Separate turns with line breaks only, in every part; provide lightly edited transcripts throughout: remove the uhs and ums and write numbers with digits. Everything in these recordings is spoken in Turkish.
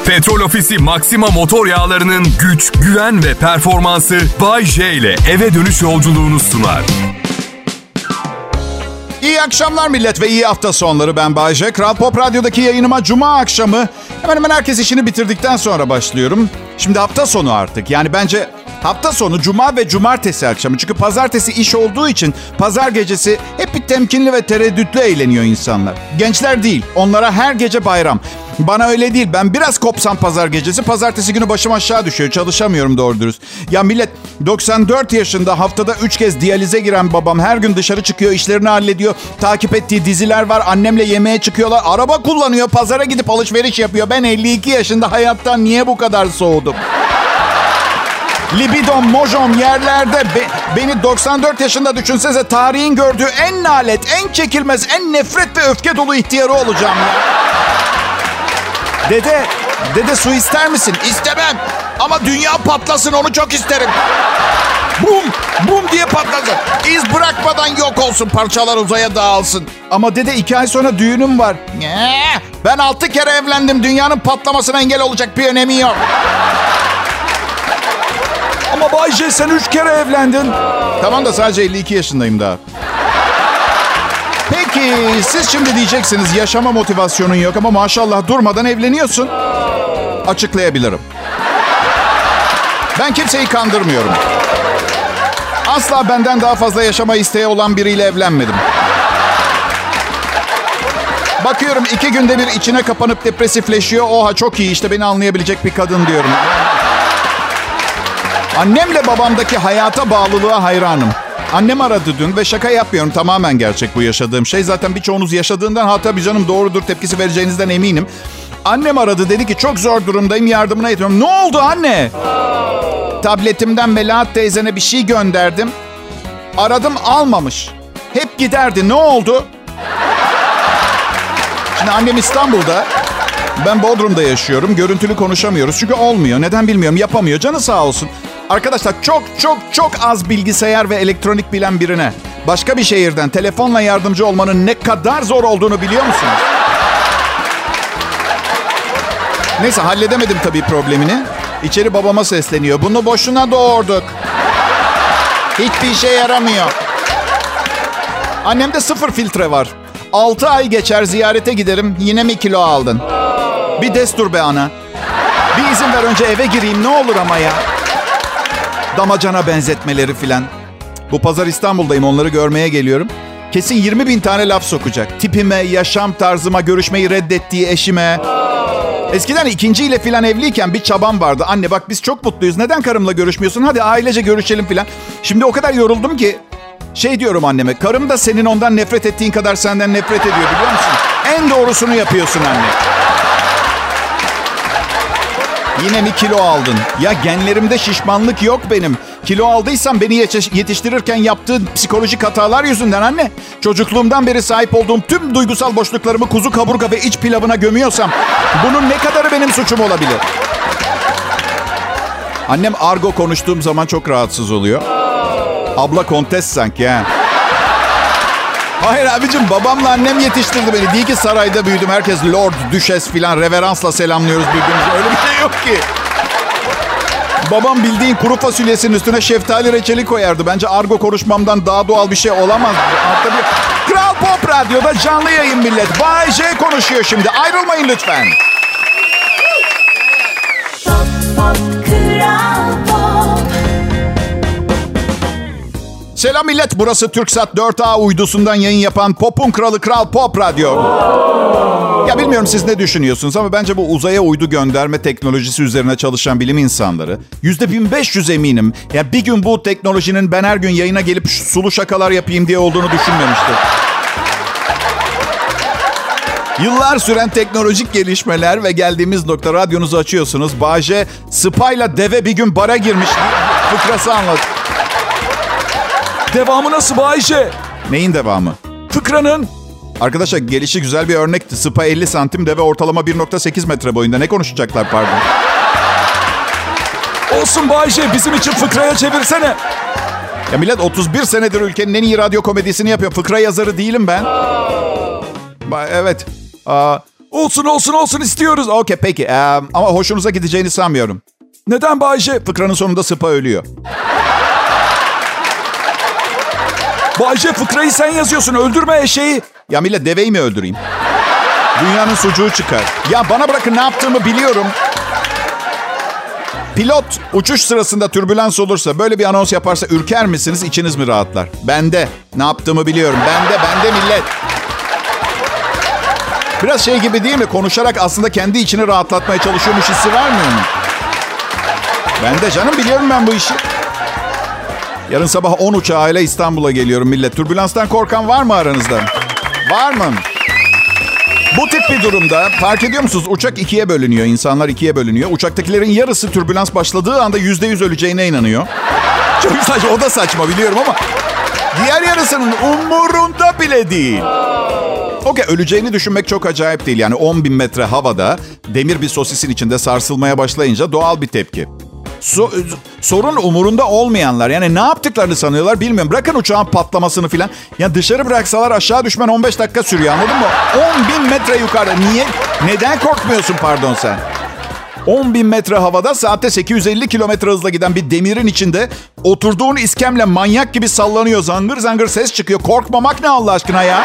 Petrol Ofisi Maxima motor yağlarının güç, güven ve performansı Bay J ile eve dönüş yolculuğunu sunar.
İyi akşamlar millet ve iyi hafta sonları, ben Bay J. Kral Pop Radyo'daki yayınıma cuma akşamı hemen hemen herkes işini bitirdikten sonra başlıyorum. Şimdi hafta sonu artık, yani bence hafta sonu cuma ve cumartesi akşamı. Çünkü pazartesi iş olduğu için pazar gecesi hep bir temkinli ve tereddütlü eğleniyor insanlar. Gençler değil, onlara her gece bayram. Bana öyle değil. Ben biraz kopsam pazar gecesi, pazartesi günü başım aşağı düşüyor. Çalışamıyorum doğru dürüst. Ya millet, 94 yaşında, haftada 3 kez diyalize giren babam her gün dışarı çıkıyor, işlerini hallediyor. Takip ettiği diziler var. Annemle yemeğe çıkıyorlar. Araba kullanıyor. Pazara gidip alışveriş yapıyor. Ben 52 yaşında hayattan niye bu kadar soğudum? Libidom, mojom yerlerde. Beni 94 yaşında düşünsenize, tarihin gördüğü en nalet, en çekilmez, en nefret ve öfke dolu ihtiyarı olacağım ya. Dede su ister misin? İstemem. Ama dünya patlasın, onu çok isterim. Bum, bum diye patlasın. İz bırakmadan yok olsun, parçalar uzaya dağılsın. Ama dede 2 ay sonra düğünüm var. Ben 6 kere evlendim. Dünyanın patlamasına engel olacak bir önemi yok. Ama Bay J, sen 3 kere evlendin. Tamam da sadece 52 yaşındayım daha. Peki siz şimdi diyeceksiniz, yaşama motivasyonun yok ama maşallah durmadan evleniyorsun. Açıklayabilirim. Ben kimseyi kandırmıyorum. Asla benden daha fazla yaşama isteği olan biriyle evlenmedim. Bakıyorum 2 günde bir içine kapanıp depresifleşiyor. Oha, çok iyi, işte beni anlayabilecek bir kadın diyorum. Annemle babamdaki hayata bağlılığa hayranım. Annem aradı dün ve şaka yapmıyorum, tamamen gerçek bu yaşadığım şey. Zaten birçoğunuz yaşadığından, ha tabii canım doğrudur tepkisi vereceğinizden eminim. Annem aradı, dedi ki çok zor durumdayım, yardımına yetiyorum. Ne oldu anne? Tabletimden Melahat teyzene bir şey gönderdim. Aradım, almamış. Hep giderdi, ne oldu? Şimdi annem İstanbul'da. Ben Bodrum'da yaşıyorum. Görüntülü konuşamıyoruz çünkü olmuyor. Neden bilmiyorum, yapamıyor. Canı sağ olsun. Arkadaşlar çok az bilgisayar ve elektronik bilen birine başka bir şehirden telefonla yardımcı olmanın ne kadar zor olduğunu biliyor musunuz? Neyse, halledemedim tabii problemini. İçeri babama sesleniyor. Bunu boşuna doğurduk. Hiçbir işe yaramıyor. Annemde 0 filtre var. 6 ay geçer, ziyarete giderim. Yine mi kilo aldın? Bir destur be ana. Bir izin ver, önce eve gireyim ne olur ama ya. Damacana benzetmeleri filan. Bu pazar İstanbul'dayım, onları görmeye geliyorum. Kesin 20.000 tane laf sokacak. Tipime, yaşam tarzıma, görüşmeyi reddettiği eşime. Eskiden ikinciyle filan evliyken bir çabam vardı. Anne bak, biz çok mutluyuz, neden karımla görüşmüyorsun? Hadi ailece görüşelim filan. Şimdi o kadar yoruldum ki şey diyorum anneme. Karım da senin ondan nefret ettiğin kadar senden nefret ediyor, biliyor musun? En doğrusunu yapıyorsun anne. Yine mi kilo aldın? Ya genlerimde şişmanlık yok benim. Kilo aldıysam beni yetiştirirken yaptığı psikolojik hatalar yüzünden anne. Çocukluğumdan beri sahip olduğum tüm duygusal boşluklarımı kuzu kaburga ve iç pilavına gömüyorsam bunun ne kadarı benim suçum olabilir? Annem argo konuştuğum zaman çok rahatsız oluyor. Abla kontes sanki ha. Hayır abicim, babamla annem yetiştirdi beni. Değil ki sarayda büyüdüm. Herkes lord, düşes filan reveransla selamlıyoruz birbirimizi. Öyle bir şey yok ki. Babam bildiğin kuru fasulyesinin üstüne şeftali reçeli koyardı. Bence argo konuşmamdan daha doğal bir şey olamaz. Kral Pop Radyo'da canlı yayın millet. Bay J konuşuyor şimdi. Ayrılmayın lütfen.
Pop, pop, Kral Pop.
Selam millet, burası Türksat 4A uydusundan yayın yapan Pop'un kralı Kral Pop Radyo. Ya bilmiyorum siz ne düşünüyorsunuz ama bence bu uzaya uydu gönderme teknolojisi üzerine çalışan bilim insanları %1500 eminim. Ya bir gün bu teknolojinin ben her gün yayına gelip sulu şakalar yapayım diye olduğunu düşünmemiştir. Yıllar süren teknolojik gelişmeler ve geldiğimiz nokta, radyonuzu açıyorsunuz. Bahçe Spa'yla deve bir gün bara girmiş fıkrası anlat. Devamı nasıl Bayşe? Neyin devamı? Fıkranın. Arkadaşlar gelişi güzel bir örnekti. Sıpa 50 santim, deve ortalama 1.8 metre boyunda. Ne konuşacaklar pardon? Olsun Bayşe, bizim için fıkraya çevirsene. Ya millet 31 senedir ülkenin en iyi radyo komedisini yapıyor. Fıkra yazarı değilim ben. Evet. Olsun istiyoruz. Okey peki ama hoşunuza gideceğini sanmıyorum. Neden Bayce? Fıkranın sonunda Sıpa ölüyor. Bayce fıkrayı sen yazıyorsun, öldürme eşeği. Ya millet, deveyi mi öldüreyim? Dünyanın sucuğu çıkar. Ya bana bırakın, ne yaptığımı biliyorum. Pilot uçuş sırasında türbülans olursa, böyle bir anons yaparsa ürker misiniz, içiniz mi rahatlar? Bende. Ne yaptığımı biliyorum. Bende millet. Biraz şey gibi değil mi? Konuşarak aslında kendi içini rahatlatmaya çalışıyormuş hissi vermiyor mu? Ben de canım, biliyorum ben bu işi. Yarın sabah 10 uçağıyla İstanbul'a geliyorum millet. Türbülanstan korkan var mı aranızda? Var mı? Bu tip bir durumda fark ediyor musunuz? Uçak ikiye bölünüyor. İnsanlar ikiye bölünüyor. Uçaktakilerin yarısı türbülans başladığı anda %100 öleceğine inanıyor. Çok saçma. O da saçma biliyorum ama diğer yarısının umurunda bile değil. Okey, öleceğini düşünmek çok acayip değil. Yani 10.000 metre havada demir bir sosisin içinde sarsılmaya başlayınca doğal bir tepki. Sorun umurunda olmayanlar. Yani ne yaptıklarını sanıyorlar bilmiyorum. Bırakın uçağın patlamasını filan. Ya dışarı bıraksalar aşağı düşmen 15 dakika sürüyor, anladın mı? 10.000 metre yukarıda. Niye? Neden korkmuyorsun pardon sen? 10.000 metre havada saatte 850 kilometre hızla giden bir demirin içinde oturduğun iskemle manyak gibi sallanıyor. Zangır zangır ses çıkıyor. Korkmamak ne Allah aşkına ya?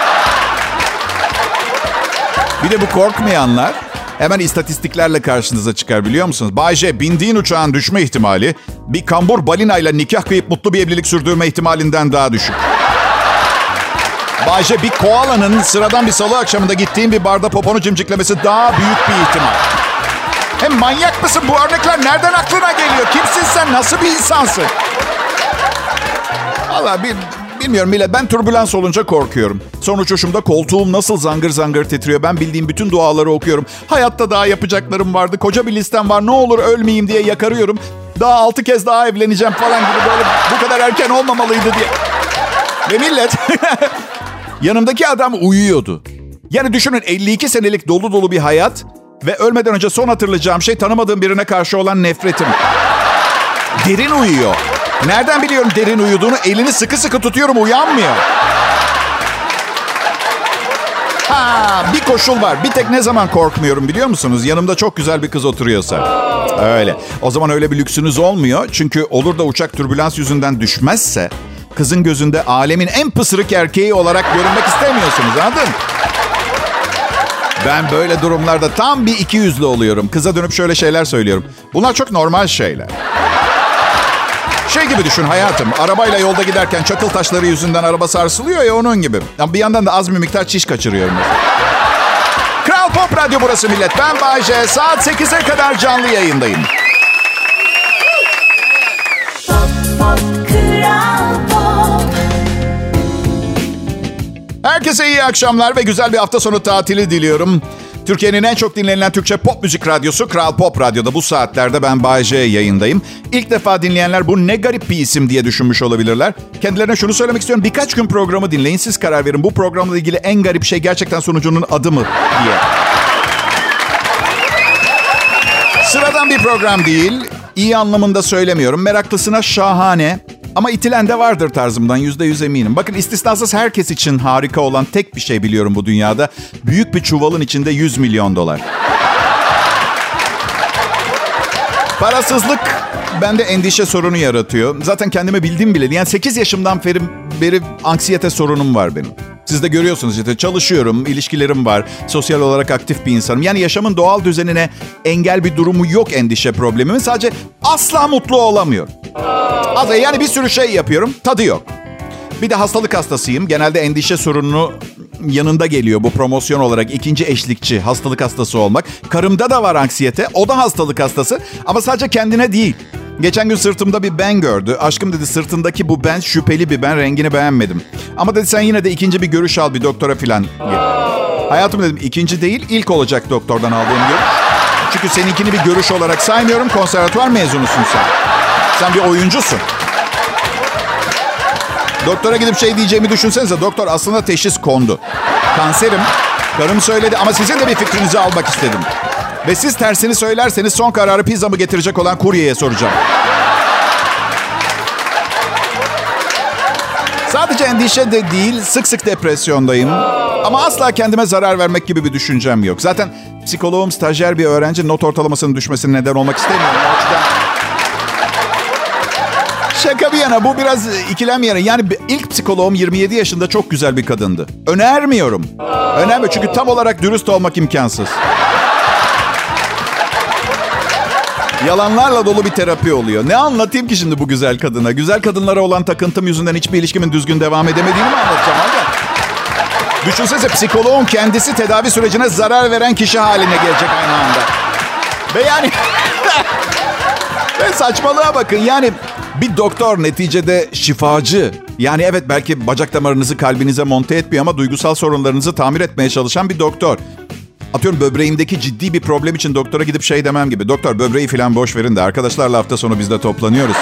Bir de bu korkmayanlar hemen istatistiklerle karşınıza çıkar, biliyor musunuz? Bay J, bindiğin uçağın düşme ihtimali bir kambur balinayla nikah kıyıp mutlu bir evlilik sürdürme ihtimalinden daha düşük. Bay J, bir koalanın sıradan bir salı akşamında gittiğin bir barda poponu cimciklemesi daha büyük bir ihtimal. Hem manyak mısın? Bu örnekler nereden aklına geliyor? Kimsin sen? Nasıl bir insansın? Vallahi bilmiyorum millet. Ben türbülans olunca korkuyorum. Son uçuşumda koltuğum nasıl zangır zangır titriyor. Ben bildiğim bütün duaları okuyorum. Hayatta daha yapacaklarım vardı. Koca bir listem var. Ne olur ölmeyeyim diye yakarıyorum. Daha 6 kez daha evleneceğim falan gibi, böyle bu kadar erken olmamalıydı diye. Ve millet yanımdaki adam uyuyordu. Yani düşünün, 52 senelik dolu dolu bir hayat ve ölmeden önce son hatırlayacağım şey tanımadığım birine karşı olan nefretim. Derin uyuyor. Nereden biliyorum derin uyuduğunu? Elini sıkı sıkı tutuyorum, uyanmıyor. Bir koşul var. Bir tek ne zaman korkmuyorum biliyor musunuz? Yanımda çok güzel bir kız oturuyorsa. Öyle. O zaman öyle bir lüksünüz olmuyor. Çünkü olur da uçak türbülans yüzünden düşmezse kızın gözünde alemin en pısırık erkeği olarak görünmek istemiyorsunuz, anladın? Ben böyle durumlarda tam bir ikiyüzlü oluyorum. Kıza dönüp şöyle şeyler söylüyorum. Bunlar çok normal şeyler. Şey gibi düşün hayatım. Arabayla yolda giderken çakıl taşları yüzünden araba sarsılıyor ya, onun gibi. Ama bir yandan da az bir miktar çiş kaçırıyorum. Kral Pop Radyo burası millet. Ben Bay J. Saat 8'e kadar canlı yayındayım.
Pop, pop, Kral Pop.
Herkese iyi akşamlar ve güzel bir hafta sonu tatili diliyorum. Türkiye'nin en çok dinlenilen Türkçe pop müzik radyosu Kral Pop Radyo'da bu saatlerde ben Bay J yayındayım. İlk defa dinleyenler bu ne garip bir isim diye düşünmüş olabilirler. Kendilerine şunu söylemek istiyorum. Birkaç gün programı dinleyin, siz karar verin. Bu programla ilgili en garip şey gerçekten sunucunun adı mı diye. Sıradan bir program değil. İyi anlamında söylemiyorum. Meraklısına şahane. Ama itilen de vardır tarzımdan, %100 eminim. Bakın, istisnasız herkes için harika olan tek bir şey biliyorum bu dünyada. Büyük bir çuvalın içinde 100 milyon dolar. Parasızlık bende endişe sorunu yaratıyor. Zaten kendime bildim bile. Yani 8 yaşımdan beri anksiyete sorunum var benim. Siz de görüyorsunuz işte, çalışıyorum, ilişkilerim var, sosyal olarak aktif bir insanım. Yani yaşamın doğal düzenine engel bir durumu yok endişe problemimin. Sadece asla mutlu olamıyorum. Yani bir sürü şey yapıyorum, tadı yok. Bir de hastalık hastasıyım. Genelde endişe sorununu yanında geliyor bu promosyon olarak. İkinci eşlikçi hastalık hastası olmak. Karımda da var anksiyete. O da hastalık hastası ama sadece kendine değil. Geçen gün sırtımda bir ben gördü. Aşkım dedi, sırtındaki bu ben şüpheli bir ben, rengini beğenmedim. Ama dedi sen yine de ikinci bir görüş al bir doktora filan. Hayatım dedim, ikinci değil ilk olacak doktordan aldığım görüş. Çünkü seninkini bir görüş olarak saymıyorum. Konservatuvar mezunusun sen. Sen bir oyuncusun. Doktora gidip şey diyeceğimi düşünsenize. Doktor, aslında teşhis kondu. Kanserim. Karım söyledi ama sizin de bir fikrinizi almak istedim. Ve siz tersini söylerseniz son kararı pizzamı getirecek olan kuryeye soracağım. Sadece endişe de değil, sık sık depresyondayım. Ama asla kendime zarar vermek gibi bir düşüncem yok. Zaten psikoloğum stajyer bir öğrenci, not ortalamasının düşmesine neden olmak istemiyorum. O açıdan... Şaka bir yana, bu biraz ikilem yana. Yani ilk psikoloğum 27 yaşında çok güzel bir kadındı. Önermiyorum. Önermiyorum çünkü tam olarak dürüst olmak imkansız. Yalanlarla dolu bir terapi oluyor. Ne anlatayım ki şimdi bu güzel kadına? Güzel kadınlara olan takıntım yüzünden hiçbir ilişkimin düzgün devam edemediğini mi anlatacağım abi? Düşünsenize, psikoloğun kendisi tedavi sürecine zarar veren kişi haline gelecek aynı anda. Ve yani... Ve saçmalığa bakın. Yani bir doktor neticede şifacı. Yani evet, belki bacak damarınızı kalbinize monte etmiyor ama duygusal sorunlarınızı tamir etmeye çalışan bir doktor. Atıyorum, böbreğimdeki ciddi bir problem için doktora gidip şey demem gibi. Doktor, böbreği falan boş verin de arkadaşlarla hafta sonu biz de toplanıyoruz.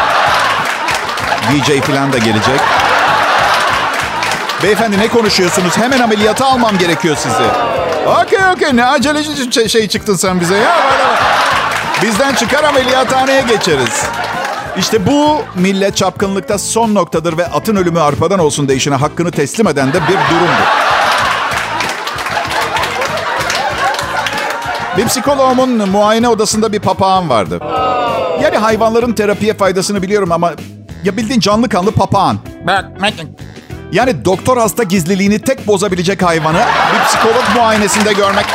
DJ falan da gelecek. Beyefendi ne konuşuyorsunuz? Hemen ameliyata almam gerekiyor sizi. Okey. Ne aceleci şey çıktın sen bize ya. Bizden çıkar, ameliyathaneye geçeriz. İşte bu millet çapkınlıkta son noktadır ve atın ölümü arpadan olsun deyişine hakkını teslim eden de bir durumdur. Bir psikoloğumun muayene odasında bir papağan vardı. Yani hayvanların terapiye faydasını biliyorum ama ya bildiğin canlı kanlı papağan. Yani doktor hasta gizliliğini tek bozabilecek hayvanı bir psikolog muayenesinde görmek.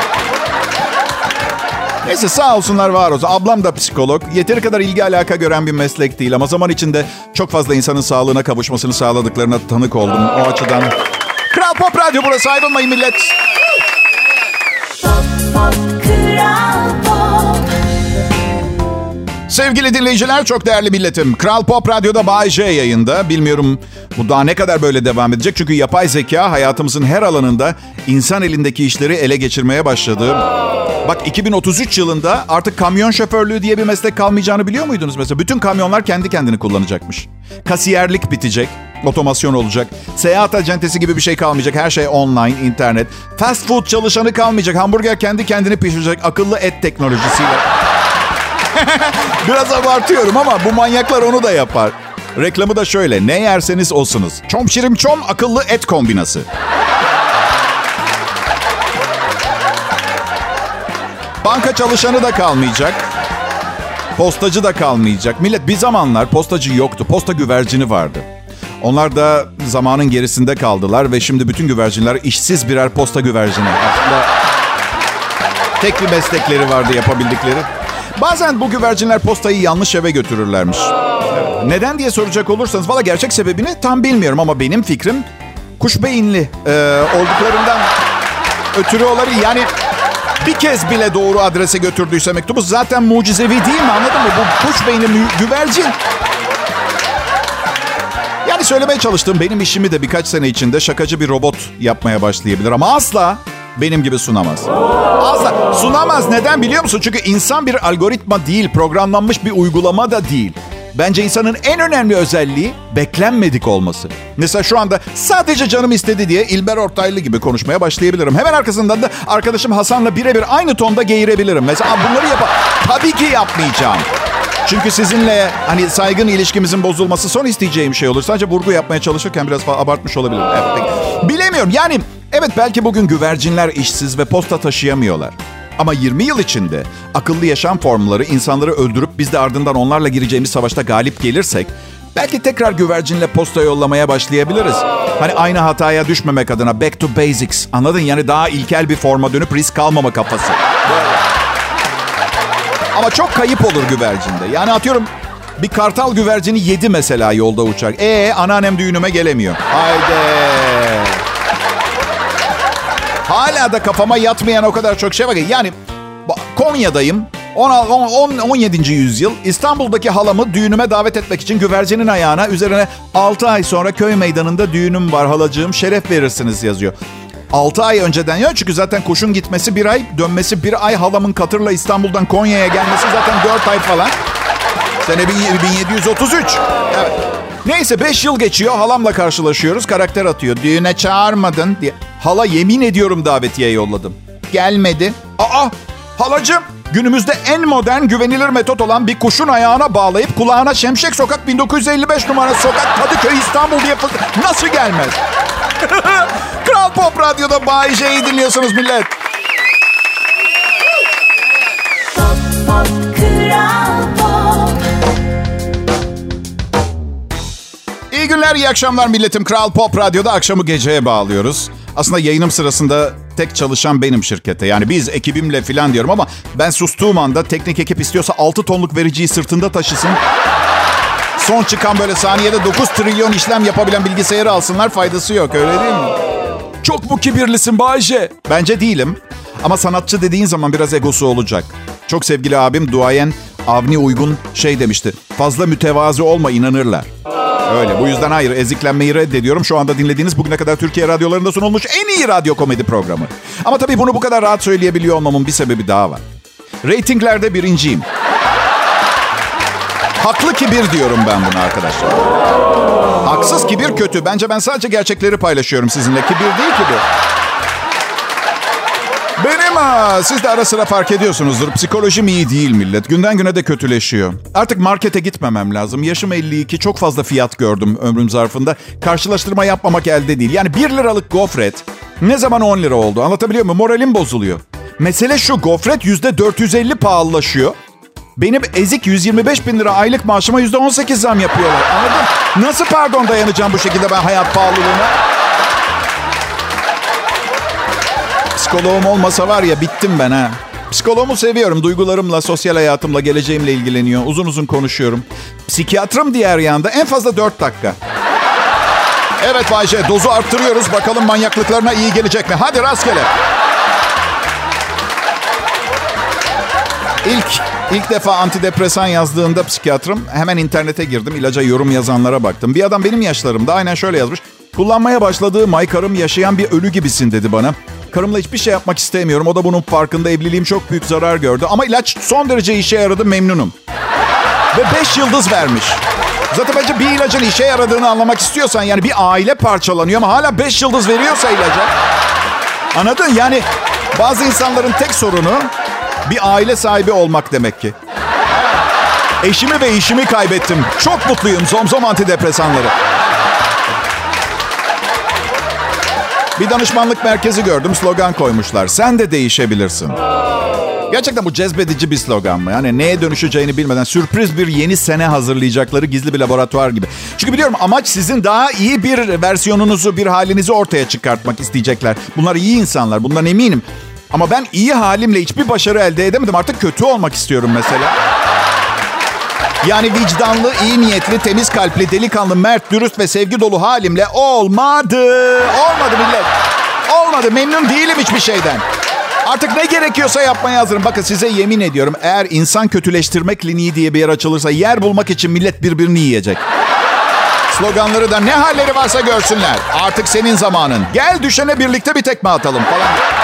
Neyse, sağ olsunlar, var olsun. Ablam da psikolog. Yeteri kadar ilgi alaka gören bir meslek değil ama zaman içinde çok fazla insanın sağlığına kavuşmasını sağladıklarına tanık oldum. O açıdan. Kral Pop Radyo burası, ayrılmayın millet.
Pop, pop, Kral Pop.
Sevgili dinleyiciler, çok değerli milletim. Kral Pop Radyo'da Bay J yayında. Bilmiyorum bu daha ne kadar böyle devam edecek. Çünkü yapay zeka hayatımızın her alanında insan elindeki işleri ele geçirmeye başladı. Bak, 2033 yılında artık kamyon şoförlüğü diye bir meslek kalmayacağını biliyor muydunuz mesela? Bütün kamyonlar kendi kendini kullanacakmış. Kasiyerlik bitecek, otomasyon olacak. Seyahat acentesi gibi bir şey kalmayacak. Her şey online, internet. Fast food çalışanı kalmayacak. Hamburger kendi kendini pişirecek akıllı et teknolojisiyle. Biraz abartıyorum ama bu manyaklar onu da yapar. Reklamı da şöyle: ne yerseniz olsunuz. Çom şirim çom akıllı et kombinası. Banka çalışanı da kalmayacak. Postacı da kalmayacak. Millet, bir zamanlar postacı yoktu. Posta güvercini vardı. Onlar da zamanın gerisinde kaldılar ve şimdi bütün güvercinler işsiz birer posta güvercini. Aslında tek bir meslekleri vardı yapabildikleri. Bazen bu güvercinler postayı yanlış eve götürürlermiş. Neden diye soracak olursanız, valla gerçek sebebini tam bilmiyorum ama benim fikrim kuş beyinli olduklarından ötürü olabilir. Yani bir kez bile doğru adrese götürdüyse mektubu zaten mucizevi değil mi, anladın mı? Bu kuş beyinli güvercin. Yani söylemeye çalıştığım, benim işimi de birkaç sene içinde şakacı bir robot yapmaya başlayabilir ama asla benim gibi sunamaz. Asla sunamaz. Neden biliyor musun? Çünkü insan bir algoritma değil, programlanmış bir uygulama da değil. Bence insanın en önemli özelliği beklenmedik olması. Mesela şu anda sadece canım istedi diye İlber Ortaylı gibi konuşmaya başlayabilirim. Hemen arkasından da arkadaşım Hasan'la birebir aynı tonda geğirebilirim. Mesela bunları tabii ki yapmayacağım. Çünkü sizinle hani saygın ilişkimizin bozulması son isteyeceğim şey olur. Sadece vurgu yapmaya çalışırken biraz abartmış olabilirim. Evet, bilemiyorum. Yani evet, belki bugün güvercinler işsiz ve posta taşıyamıyorlar. Ama 20 yıl içinde akıllı yaşam formları insanları öldürüp biz de ardından onlarla gireceğimiz savaşta galip gelirsek belki tekrar güvercinle posta yollamaya başlayabiliriz. Hani aynı hataya düşmemek adına, back to basics, anladın? Yani daha ilkel bir forma dönüp risk almama kafası. Ama çok kayıp olur güvercinde. Yani atıyorum, bir kartal güvercini yedi mesela yolda uçak. Anneannem düğünüme gelemiyor. Haydi. Hala da kafama yatmayan o kadar çok şey var ki. Yani Konya'dayım. 17. yüzyıl. İstanbul'daki halamı düğünüme davet etmek için güvercinin ayağına üzerine 6 ay sonra köy meydanında düğünüm var halacığım, şeref verirsiniz yazıyor. 6 ay önceden ya, çünkü zaten kuşun gitmesi 1 ay, dönmesi 1 ay, halamın katırla İstanbul'dan Konya'ya gelmesi zaten 4 ay falan. Sene 1733. Evet. Neyse 5 yıl geçiyor, halamla karşılaşıyoruz, karakter atıyor. Düğüne çağırmadın diye. Hala, yemin ediyorum davetiye yolladım. Gelmedi. Halacığım, günümüzde en modern, güvenilir metot olan bir kuşun ayağına bağlayıp kulağına Şemşek Sokak 1955 numara sokak Kadıköy İstanbul diye nasıl gelmez? Kral Pop Radyo'da Bay J'yi dinliyorsunuz millet. İyi günler, iyi akşamlar milletim. Kral Pop Radyo'da akşamı geceye bağlıyoruz. Aslında yayınım sırasında tek çalışan benim şirkette. Yani biz ekibimle falan diyorum ama ben sustuğum anda teknik ekip istiyorsa 6 tonluk vericiyi sırtında taşısın. Son çıkan böyle saniyede 9 trilyon işlem yapabilen bilgisayarı alsınlar, faydası yok, öyle değil mi?
Çok mu kibirlisin Bayce?
Bence değilim. Ama sanatçı dediğin zaman biraz egosu olacak. Çok sevgili abim duayen Avni Uygun şey demişti. Fazla mütevazı olma, inanırlar. Öyle. Bu yüzden hayır, eziklenmeyi reddediyorum. Şu anda dinlediğiniz bugüne kadar Türkiye radyolarında sunulmuş en iyi radyo komedi programı. Ama tabii bunu bu kadar rahat söyleyebiliyor olmamın bir sebebi daha var. Reytinglerde birinciyim. Haklı kibir diyorum ben buna arkadaşlar. Haksız kibir kötü. Bence ben sadece gerçekleri paylaşıyorum sizinle. Kibir değil ki bu. Siz de ara sıra fark ediyorsunuzdur. Psikolojim iyi değil millet. Günden güne de kötüleşiyor. Artık markete gitmemem lazım. Yaşım 52. Çok fazla fiyat gördüm ömrüm zarfında. Karşılaştırma yapmamak elde değil. Yani 1 liralık gofret ne zaman 10 lira oldu? Anlatabiliyor muyum? Moralim bozuluyor. Mesele şu, gofret %450 pahalılaşıyor. Benim ezik 125 bin lira aylık maaşıma %18 zam yapıyorlar. Anladın? Nasıl pardon dayanacağım bu şekilde ben hayat pahalılığına? Psikoloğum olmasa var ya bittim ben ha. Psikoloğumu seviyorum. Duygularımla, sosyal hayatımla, geleceğimle ilgileniyor. Uzun uzun konuşuyorum. Psikiyatrım diğer yanda en fazla 4 dakika. Evet Bayce, dozu arttırıyoruz. Bakalım manyaklıklarına iyi gelecek mi? Hadi rastgele. İlk defa antidepresan yazdığında psikiyatrım, hemen internete girdim. İlaca yorum yazanlara baktım. Bir adam benim yaşlarımda aynen şöyle yazmış. Kullanmaya başladığım ay karım yaşayan bir ölü gibisin dedi bana. Karımla hiçbir şey yapmak istemiyorum. O da bunun farkında. Evliliğim çok büyük zarar gördü. Ama ilaç son derece işe yaradı, memnunum. Ve 5 yıldız vermiş. Zaten bence bir ilacın işe yaradığını anlamak istiyorsan, yani bir aile parçalanıyor ama hala 5 yıldız veriyorsa ilaca. Anladın? Yani bazı insanların tek sorunu bir aile sahibi olmak demek ki. Eşimi ve işimi kaybettim. Çok mutluyum. Zomzom antidepresanları. Bir danışmanlık merkezi gördüm. Slogan koymuşlar. Sen de değişebilirsin. Gerçekten bu cezbedici bir slogan mı? Yani neye dönüşeceğini bilmeden sürpriz bir yeni sene hazırlayacakları gizli bir laboratuvar gibi. Çünkü biliyorum amaç sizin daha iyi bir versiyonunuzu, bir halinizi ortaya çıkartmak isteyecekler. Bunlar iyi insanlar. Bundan eminim. Ama ben iyi halimle hiçbir başarı elde edemedim. Artık kötü olmak istiyorum mesela. Yani vicdanlı, iyi niyetli, temiz kalpli, delikanlı, mert, dürüst ve sevgi dolu halimle olmadı. Olmadı millet. Olmadı. Memnun değilim hiçbir şeyden. Artık ne gerekiyorsa yapmaya hazırım. Bakın size yemin ediyorum. Eğer insan kötüleştirme kliniği diye bir yer açılırsa yer bulmak için millet birbirini yiyecek. Sloganları da ne halleri varsa görsünler. Artık senin zamanın. Gel düşene birlikte bir tekme atalım falan.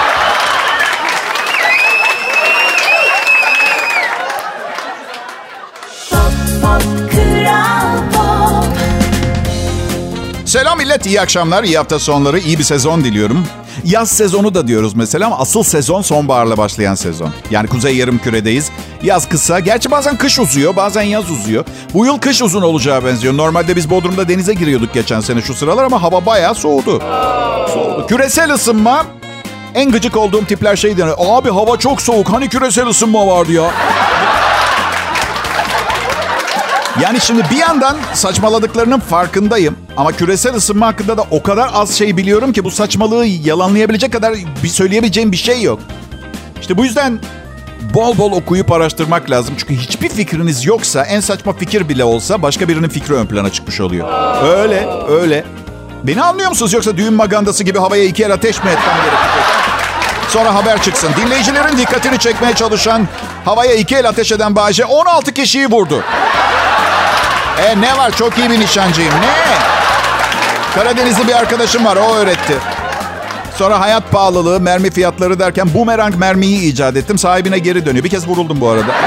Selam millet, iyi akşamlar, iyi hafta sonları, iyi bir sezon diliyorum. Yaz sezonu da diyoruz mesela ama asıl sezon sonbaharla başlayan sezon. Yani kuzey yarımküredeyiz. Yaz kısa, gerçi bazen kış uzuyor, bazen yaz uzuyor. Bu yıl kış uzun olacağı benziyor. Normalde biz Bodrum'da denize giriyorduk geçen sene şu sıralar ama hava bayağı soğudu. Küresel ısınma, en gıcık olduğum tipler şey diyor. Abi hava çok soğuk, hani küresel ısınma vardı ya. Yani şimdi bir yandan saçmaladıklarının farkındayım. Ama küresel ısınma hakkında da o kadar az şey biliyorum ki bu saçmalığı yalanlayabilecek kadar söyleyebileceğim bir şey yok. İşte bu yüzden bol bol okuyup araştırmak lazım. Çünkü hiçbir fikriniz yoksa, en saçma fikir bile olsa başka birinin fikri ön plana çıkmış oluyor. Öyle. Beni anlıyor musunuz? Yoksa düğün magandası gibi havaya 2 el ateş mi etmem gerekiyor? Sonra haber çıksın. Dinleyicilerin dikkatini çekmeye çalışan, havaya 2 el ateş eden Bayce 16 kişiyi vurdu. Ne var? Çok iyi bir nişancıyım. Ne? Karadenizli bir arkadaşım var. O öğretti. Sonra hayat pahalılığı, mermi fiyatları derken bumerang mermiyi icat ettim. Sahibine geri dönüyor. Bir kez vuruldum bu arada.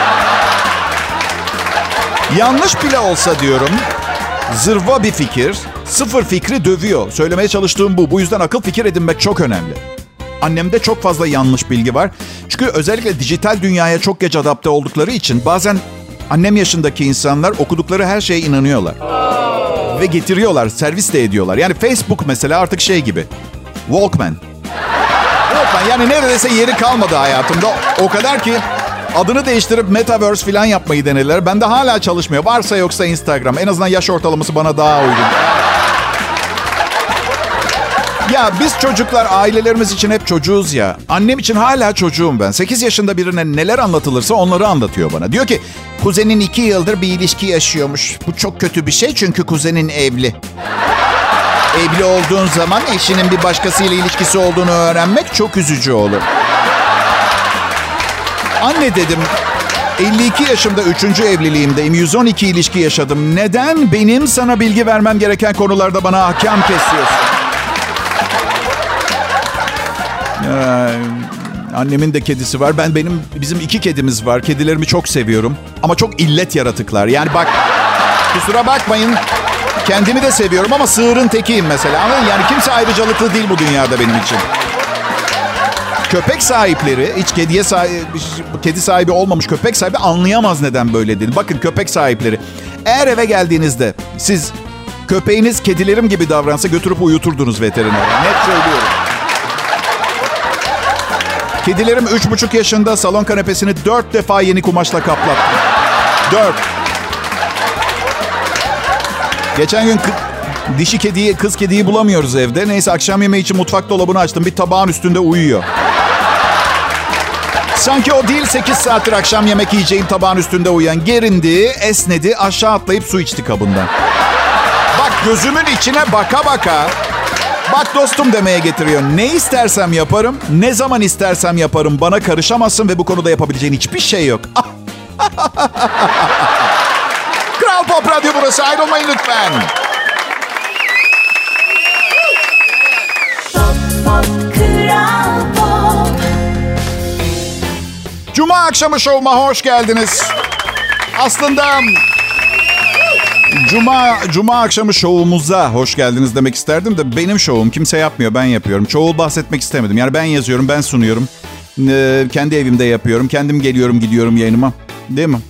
Yanlış bile olsa diyorum. Zırva bir fikir. Sıfır fikri dövüyor. Söylemeye çalıştığım bu. Bu yüzden akıl fikir edinmek çok önemli. Annemde çok fazla yanlış bilgi var. Çünkü özellikle dijital dünyaya çok geç adapte oldukları için bazen annem yaşındaki insanlar okudukları her şeye inanıyorlar. Ve getiriyorlar, servis de ediyorlar. Yani Facebook mesela artık şey gibi. Walkman. Yani neredeyse yeri kalmadı hayatımda. O kadar ki adını değiştirip Metaverse falan yapmayı denediler. Bende hala çalışmıyor. Varsa yoksa Instagram. En azından yaş ortalaması bana daha uygun. Ya biz çocuklar ailelerimiz için hep çocuğuz ya. Annem için hala çocuğum ben. 8 yaşında birine neler anlatılırsa onları anlatıyor bana. Diyor ki kuzenin 2 yıldır bir ilişki yaşıyormuş. Bu çok kötü bir şey çünkü kuzenin evli. Evli olduğun zaman eşinin bir başkasıyla ilişkisi olduğunu öğrenmek çok üzücü olur. Anne dedim, 52 yaşımda 3. evliliğimdeyim. 112 ilişki yaşadım. Neden benim sana bilgi vermem gereken konularda bana ahkam kesiyorsun? Annemin de kedisi var. Bizim 2 kedimiz var. Kedilerimi çok seviyorum. Ama çok illet yaratıklar. Yani bak, kusura bakmayın. Kendimi de seviyorum ama sığırın tekiyim mesela. Yani kimse ayrıcalıklı değil bu dünyada benim için. Köpek sahipleri, hiç kedi sahibi olmamış köpek sahibi anlayamaz neden böyle dedi. Bakın köpek sahipleri, eğer eve geldiğinizde siz köpeğiniz kedilerim gibi davransa götürüp uyuturdunuz veterinere. Net söylüyorum. Kedilerim 3,5 yaşında salon kanepesini 4 defa yeni kumaşla kaplattı. 4. Geçen gün kız kediyi bulamıyoruz evde. Neyse akşam yemeği için mutfak dolabını açtım. Bir tabağın üstünde uyuyor. Sanki o değil 8 saattir akşam yemek yiyeceğim tabağın üstünde uyuyan. Gerindi, esnedi, aşağı atlayıp su içti kabından. Bak gözümün içine baka baka. Bak dostum demeye getiriyor. Ne istersem yaparım, ne zaman istersem yaparım. Bana karışamazsın ve bu konuda yapabileceğin hiçbir şey yok. Kral Pop Radyo burası. Ayrılmayın lütfen. Cuma akşamı şovuma hoş geldiniz. Aslında Cuma akşamı şovumuza hoş geldiniz demek isterdim de benim şovum. Kimse yapmıyor, ben yapıyorum. Çoğul bahsetmek istemedim. Yani ben yazıyorum, ben sunuyorum. Kendi evimde yapıyorum. Kendim geliyorum, gidiyorum yayınıma. Değil mi?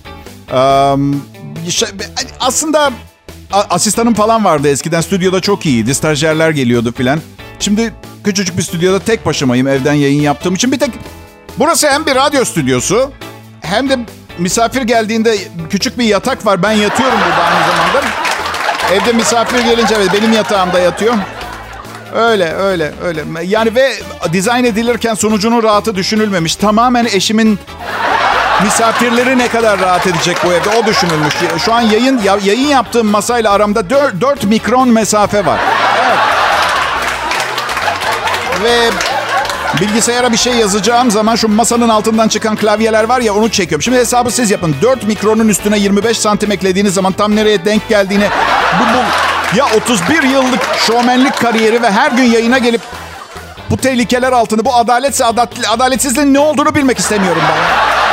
Aslında asistanım falan vardı eskiden. Stüdyoda çok iyiydi. Stajyerler geliyordu filan. Şimdi küçücük bir stüdyoda tek başımayım. Evden yayın yaptığım için bir tek... Burası hem bir radyo stüdyosu hem de misafir geldiğinde küçük bir yatak var. Ben yatıyorum burada aynı zamanda. Evde misafir gelince benim yatağımda yatıyor. Öyle. Yani ve dizayn edilirken sunucunun rahatı düşünülmemiş. Tamamen eşimin misafirleri ne kadar rahat edecek bu evde o düşünülmüş. Şu an yayın yaptığım masayla aramda 4 mikron mesafe var. Evet. Ve bilgisayara bir şey yazacağım zaman şu masanın altından çıkan klavyeler var ya onu çekiyorum. Şimdi hesabı siz yapın. 4 mikronun üstüne 25 santim eklediğiniz zaman tam nereye denk geldiğini... Ya 31 yıllık şovmenlik kariyeri ve her gün yayına gelip bu tehlikeler altında bu adaletsizliğin ne olduğunu bilmek istemiyorum ben.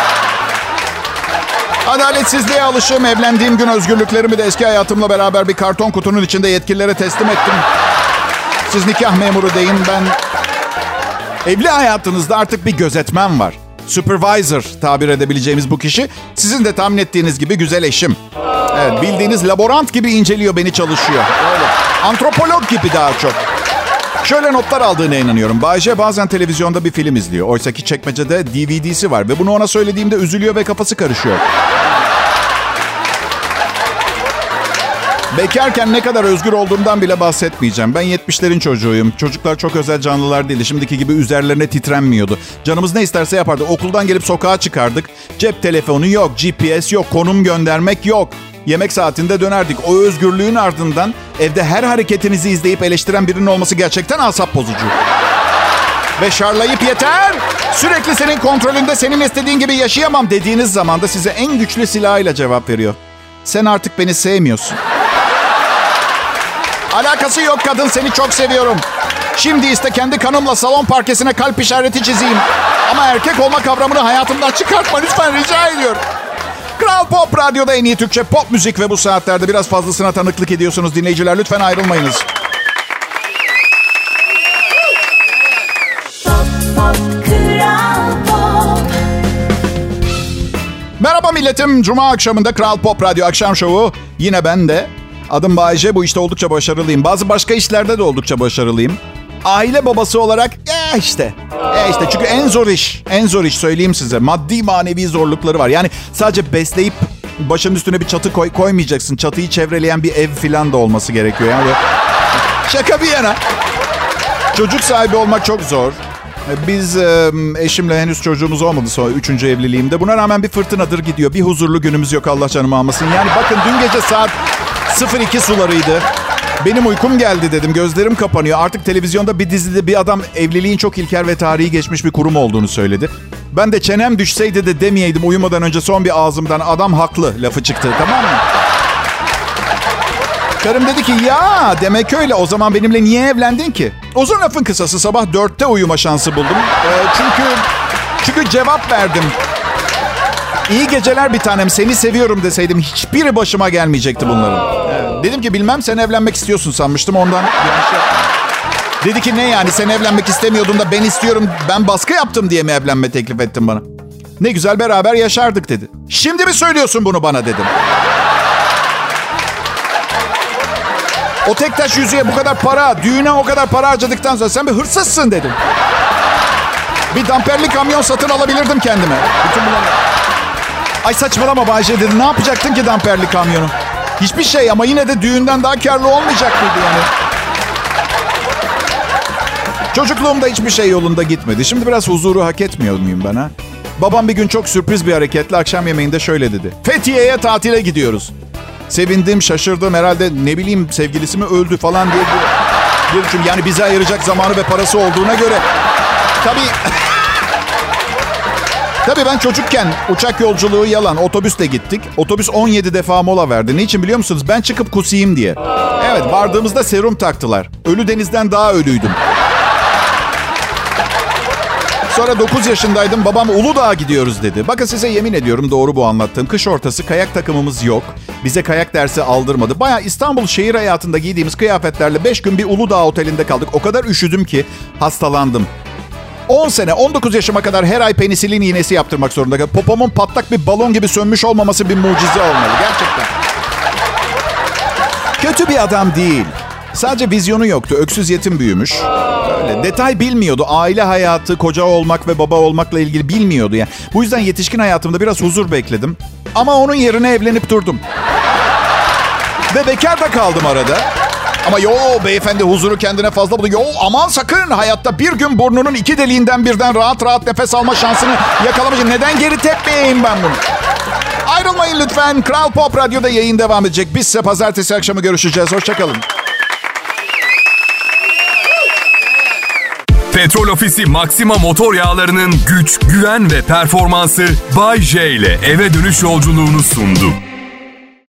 Adaletsizliğe alışım. Evlendiğim gün özgürlüklerimi de eski hayatımla beraber bir karton kutunun içinde yetkililere teslim ettim. Siz nikah memuru deyin, ben... Evli hayatınızda artık bir gözetmen var. Supervisor tabir edebileceğimiz bu kişi sizin de tahmin ettiğiniz gibi güzel eşim. Evet, bildiğiniz laborant gibi inceliyor, beni çalışıyor. Öyle. Antropolog gibi daha çok. Şöyle notlar aldığına inanıyorum. Bayce bazen televizyonda bir film izliyor. Oysaki çekmecede DVD'si var ve bunu ona söylediğimde üzülüyor ve kafası karışıyor. Bekarken ne kadar özgür olduğumdan bile bahsetmeyeceğim. Ben 70'lerin çocuğuyum. Çocuklar çok özel canlılar değildi. Şimdiki gibi üzerlerine titrenmiyordu. Canımız ne isterse yapardık. Okuldan gelip sokağa çıkardık. Cep telefonu yok, GPS yok, konum göndermek yok. Yemek saatinde dönerdik. O özgürlüğün ardından evde her hareketinizi izleyip eleştiren birinin olması gerçekten asap bozucu. Ve şarlayıp yeter, sürekli senin kontrolünde, senin istediğin gibi yaşayamam dediğiniz zaman da size en güçlü silahıyla cevap veriyor. Sen artık beni sevmiyorsun. Alakası yok kadın, seni çok seviyorum. Şimdi iste kendi kanımla salon parkesine kalp işareti çizeyim. Ama erkek olma kavramını hayatımdan çıkartma lütfen, rica ediyorum. Kral Pop Radyo'da en iyi Türkçe pop müzik ve bu saatlerde biraz fazlasına tanıklık ediyorsunuz dinleyiciler. Lütfen ayrılmayınız. Merhaba milletim. Cuma akşamında Kral Pop Radyo akşam şovu. Yine ben de Adım Bay J. Bu işte oldukça başarılıyım. Bazı başka işlerde de oldukça başarılıyım. Aile babası olarak işte. Çünkü en zor iş söyleyeyim size. Maddi manevi zorlukları var. Yani sadece besleyip başının üstüne bir çatı koymayacaksın. Çatıyı çevreleyen bir ev falan da olması gerekiyor. Yani şaka bir yana. Çocuk sahibi olmak çok zor. Biz eşimle henüz çocuğumuz olmadı sonra 3. evliliğimde. Buna rağmen bir fırtınadır gidiyor. Bir huzurlu günümüz yok, Allah canımı almasın. Yani bakın dün gece saat 02 sularıydı. Benim uykum geldi dedim. Gözlerim kapanıyor. Artık televizyonda bir dizide bir adam evliliğin çok ilkel ve tarihi geçmiş bir kurum olduğunu söyledi. Ben de çenem düşseydi de demeyeydim, uyumadan önce son bir ağzımdan adam haklı lafı çıktı, tamam mı? Karım dedi ki ya demek öyle, o zaman benimle niye evlendin ki? Uzun lafın kısası sabah 4'te uyuma şansı buldum. Çünkü cevap verdim. İyi geceler bir tanem, seni seviyorum deseydim hiçbiri başıma gelmeyecekti bunların. Dedim ki bilmem, sen evlenmek istiyorsun sanmıştım ondan. Dedi ki ne yani, sen evlenmek istemiyordun da ben istiyorum, ben baskı yaptım diye mi evlenme teklif ettin bana? Ne güzel beraber yaşardık dedi. Şimdi mi söylüyorsun bunu bana dedim. O tek taş yüzüğe bu kadar para, düğüne o kadar para harcadıktan sonra sen bir hırsızsın dedim. Bir damperli kamyon satın alabilirdim kendime. Bütün bunları... Ay saçmalama Bayce dedi. Ne yapacaktın ki damperli kamyonu? Hiçbir şey, ama yine de düğünden daha karlı olmayacak mıydı yani? Çocukluğumda hiçbir şey yolunda gitmedi. Şimdi biraz huzuru hak etmiyor muyum ben ha? Babam bir gün çok sürpriz bir hareketle akşam yemeğinde şöyle dedi. Fethiye'ye tatile gidiyoruz. Sevindim, şaşırdım. Herhalde ne bileyim sevgilisi mi öldü falan diye. Çünkü yani bize ayıracak zamanı ve parası olduğuna göre. Tabii ben çocukken uçak yolculuğu yalan. Otobüsle gittik. Otobüs 17 defa mola verdi. Niçin biliyor musunuz? Ben çıkıp kusayım diye. Evet, vardığımızda serum taktılar. Ölü denizden daha ölüydüm. Sonra 9 yaşındaydım. Babam Uludağ'a gidiyoruz dedi. Bakın size yemin ediyorum doğru bu anlattığım. Kış ortası kayak takımımız yok. Bize kayak dersi aldırmadı. Bayağı İstanbul şehir hayatında giydiğimiz kıyafetlerle 5 gün bir Uludağ otelinde kaldık. O kadar üşüdüm ki hastalandım. 10 sene, 19 yaşıma kadar her ay penisilin iğnesi yaptırmak zorunda kaldım. Popomun patlak bir balon gibi sönmüş olmaması bir mucize olmalı. Gerçekten. Kötü bir adam değil. Sadece vizyonu yoktu. Öksüz yetim büyümüş. Öyle. Detay bilmiyordu. Aile hayatı, koca olmak ve baba olmakla ilgili bilmiyordu yani. Bu yüzden yetişkin hayatımda biraz huzur bekledim. Ama onun yerine evlenip durdum. Ve bekar da kaldım arada. Ama beyefendi huzuru kendine fazla buldu. Aman sakın, hayatta bir gün burnunun 2 deliğinden birden rahat rahat nefes alma şansını yakalamayacağım. Neden geri tepmeyeyim ben bunu? Ayrılmayın lütfen. Kral Pop Radyo'da yayın devam edecek. Biz ise pazartesi akşamı görüşeceğiz. Hoşçakalın.
Petrol Ofisi Maxima motor yağlarının güç, güven ve performansı Bay J ile eve dönüş yolculuğunu sundu.